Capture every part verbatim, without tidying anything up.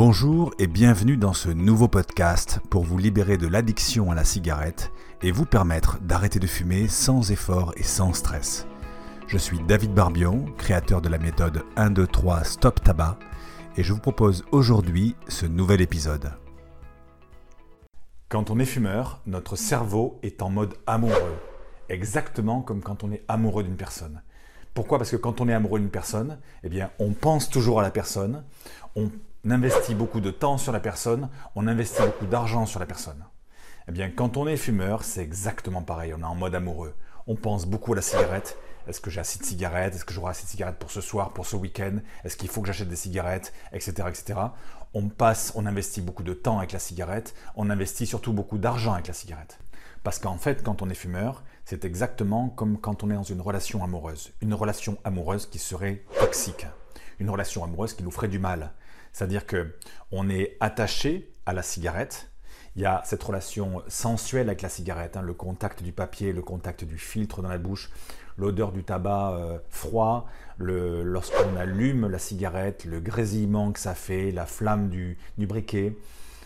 Bonjour et bienvenue dans ce nouveau podcast pour vous libérer de l'addiction à la cigarette et vous permettre d'arrêter de fumer sans effort et sans stress. Je suis David Barbion, créateur de la méthode un deux trois Stop Tabac et je vous propose aujourd'hui ce nouvel épisode. Quand on est fumeur, notre cerveau est en mode amoureux, exactement comme quand on est amoureux d'une personne. Pourquoi ? Parce que quand on est amoureux d'une personne, eh bien, on pense toujours à la personne, on investit beaucoup de temps sur la personne, on investit beaucoup d'argent sur la personne. Eh bien, quand on est fumeur, c'est exactement pareil, on est en mode amoureux. On pense beaucoup à la cigarette. Est-ce que j'ai assez de cigarettes ? Est-ce que j'aurai assez de cigarettes pour ce soir, pour ce week-end ? Est-ce qu'il faut que j'achète des cigarettes ? Etc, et cetera. On passe, on investit beaucoup de temps avec la cigarette, on investit surtout beaucoup d'argent avec la cigarette. Parce qu'en fait, quand on est fumeur, c'est exactement comme quand on est dans une relation amoureuse. Une relation amoureuse qui serait toxique. Une relation amoureuse qui nous ferait du mal. C'est-à-dire qu'on est attaché à la cigarette. Il y a cette relation sensuelle avec la cigarette, hein, le contact du papier, le contact du filtre dans la bouche, l'odeur du tabac euh, froid, le, lorsqu'on allume la cigarette, le grésillement que ça fait, la flamme du, du briquet,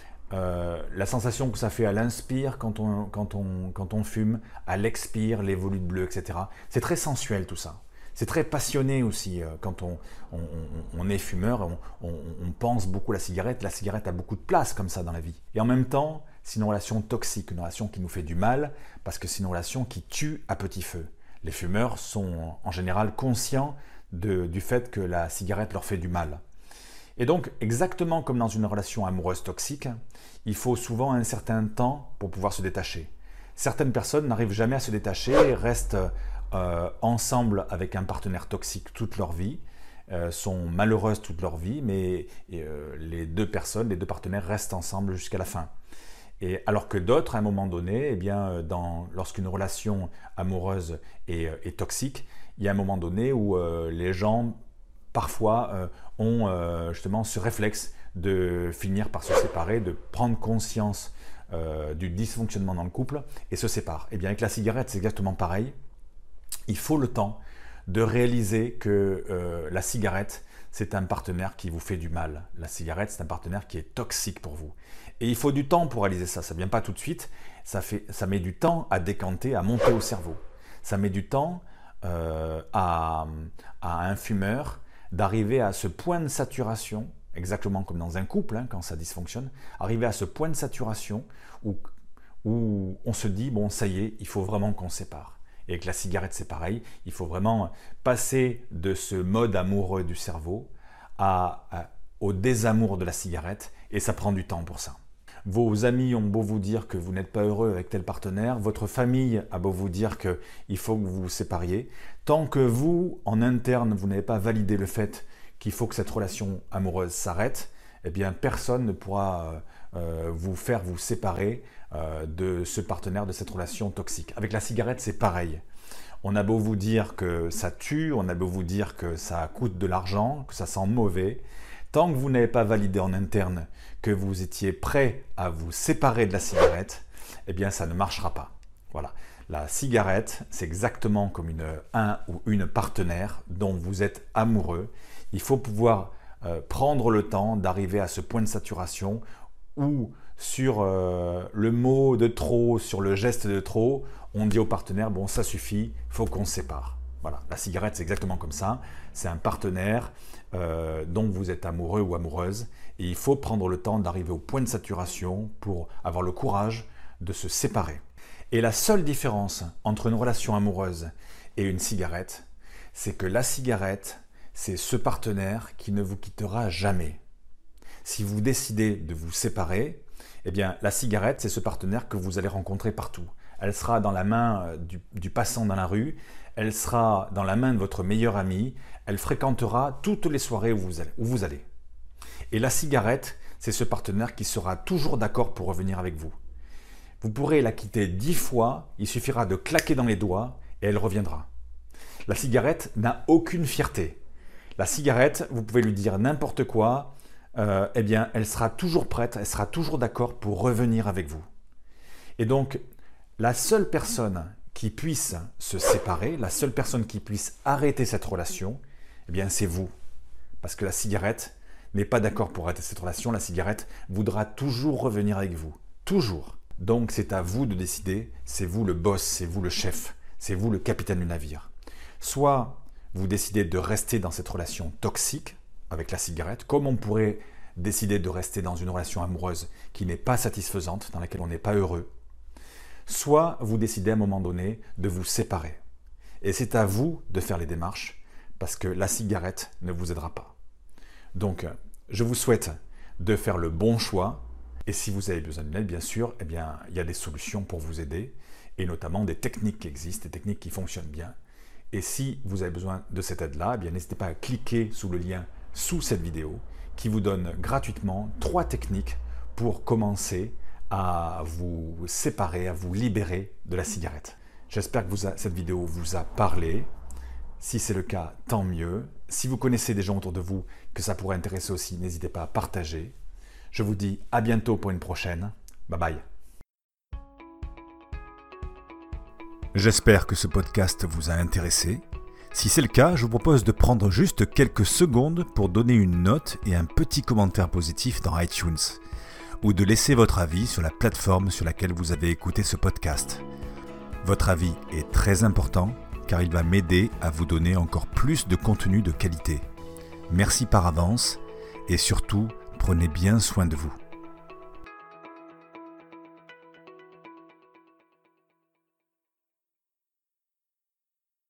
euh, la sensation que ça fait à l'inspire quand on, quand on, quand on fume, à l'expire, les volutes bleues, et cetera. C'est très sensuel tout ça. C'est très passionné aussi euh, quand on, on, on, on est fumeur, on, on, on pense beaucoup à la cigarette. La cigarette a beaucoup de place comme ça dans la vie. Et en même temps, c'est une relation toxique, une relation qui nous fait du mal parce que c'est une relation qui tue à petit feu. Les fumeurs sont en général conscients de, du fait que la cigarette leur fait du mal. Et donc, exactement comme dans une relation amoureuse toxique, il faut souvent un certain temps pour pouvoir se détacher. Certaines personnes n'arrivent jamais à se détacher et restent Euh, ensemble avec un partenaire toxique toute leur vie, euh, sont malheureuses toute leur vie, mais euh, les deux personnes, les deux partenaires restent ensemble jusqu'à la fin. Et alors que d'autres, à un moment donné, eh bien, dans, lorsqu'une relation amoureuse est, est toxique, il y a un moment donné où euh, les gens, parfois, euh, ont euh, justement ce réflexe de finir par se séparer, de prendre conscience euh, du dysfonctionnement dans le couple et se séparent. Et bien, avec la cigarette, c'est exactement pareil. Il faut le temps de réaliser que euh, la cigarette, c'est un partenaire qui vous fait du mal. La cigarette, c'est un partenaire qui est toxique pour vous. Et il faut du temps pour réaliser ça. Ça ne vient pas tout de suite. Ça, fait, ça met du temps à décanter, à monter au cerveau. Ça met du temps euh, à, à un fumeur d'arriver à ce point de saturation, exactement comme dans un couple, hein, quand ça dysfonctionne, arriver à ce point de saturation où, où on se dit, bon, ça y est, il faut vraiment qu'on se sépare. Et avec la cigarette, c'est pareil. Il faut vraiment passer de ce mode amoureux du cerveau à, à, au désamour de la cigarette. Et ça prend du temps pour ça. Vos amis ont beau vous dire que vous n'êtes pas heureux avec tel partenaire. Votre famille a beau vous dire qu'il faut que vous vous sépariez. Tant que vous, en interne, vous n'avez pas validé le fait qu'il faut que cette relation amoureuse s'arrête, eh bien, personne ne pourra euh, vous faire vous séparer euh, de ce partenaire, de cette relation toxique. Avec la cigarette, c'est pareil. On a beau vous dire que ça tue, on a beau vous dire que ça coûte de l'argent, que ça sent mauvais. Tant que vous n'avez pas validé en interne que vous étiez prêt à vous séparer de la cigarette, eh bien, ça ne marchera pas. Voilà. La cigarette, c'est exactement comme une, un ou une partenaire dont vous êtes amoureux. Il faut pouvoir euh, prendre le temps d'arriver à ce point de saturation où sur euh, le mot de trop, sur le geste de trop, on dit au partenaire, bon ça suffit, il faut qu'on se sépare. Voilà, la cigarette c'est exactement comme ça, c'est un partenaire euh, dont vous êtes amoureux ou amoureuse et il faut prendre le temps d'arriver au point de saturation pour avoir le courage de se séparer. Et la seule différence entre une relation amoureuse et une cigarette, c'est que la cigarette, c'est ce partenaire qui ne vous quittera jamais. Si vous décidez de vous séparer, eh bien, la cigarette, c'est ce partenaire que vous allez rencontrer partout. Elle sera dans la main du, du passant dans la rue, elle sera dans la main de votre meilleur ami, elle fréquentera toutes les soirées où vous allez. Où vous allez. Et la cigarette, c'est ce partenaire qui sera toujours d'accord pour revenir avec vous. Vous pourrez la quitter dix fois, il suffira de claquer dans les doigts et elle reviendra. La cigarette n'a aucune fierté. La cigarette, vous pouvez lui dire n'importe quoi, Euh, eh bien, elle sera toujours prête, elle sera toujours d'accord pour revenir avec vous. Et donc, la seule personne qui puisse se séparer, la seule personne qui puisse arrêter cette relation, eh bien, c'est vous. Parce que la cigarette n'est pas d'accord pour arrêter cette relation, la cigarette voudra toujours revenir avec vous. Toujours. Donc c'est à vous de décider, c'est vous le boss, c'est vous le chef, c'est vous le capitaine du navire. Soit vous décidez de rester dans cette relation toxique avec la cigarette, comme on pourrait décider de rester dans une relation amoureuse qui n'est pas satisfaisante, dans laquelle on n'est pas heureux. Soit vous décidez à un moment donné de vous séparer. Et c'est à vous de faire les démarches parce que la cigarette ne vous aidera pas. Donc, je vous souhaite de faire le bon choix. Et si vous avez besoin d'une aide, bien sûr, eh bien, il y a des solutions pour vous aider et notamment des techniques qui existent, des techniques qui fonctionnent bien. Et si vous avez besoin de cette aide-là, eh bien, n'hésitez pas à cliquer sous le lien sous cette vidéo qui vous donne gratuitement trois techniques pour commencer à vous séparer, à vous libérer de la cigarette. J'espère que vous a, cette vidéo vous a parlé. Si c'est le cas, tant mieux. Si vous connaissez des gens autour de vous que ça pourrait intéresser aussi, n'hésitez pas à partager. Je vous dis à bientôt pour une prochaine. Bye bye. J'espère que ce podcast vous a intéressé. Si c'est le cas, je vous propose de prendre juste quelques secondes pour donner une note et un petit commentaire positif dans iTunes, ou de laisser votre avis sur la plateforme sur laquelle vous avez écouté ce podcast. Votre avis est très important car il va m'aider à vous donner encore plus de contenu de qualité. Merci par avance et surtout, prenez bien soin de vous.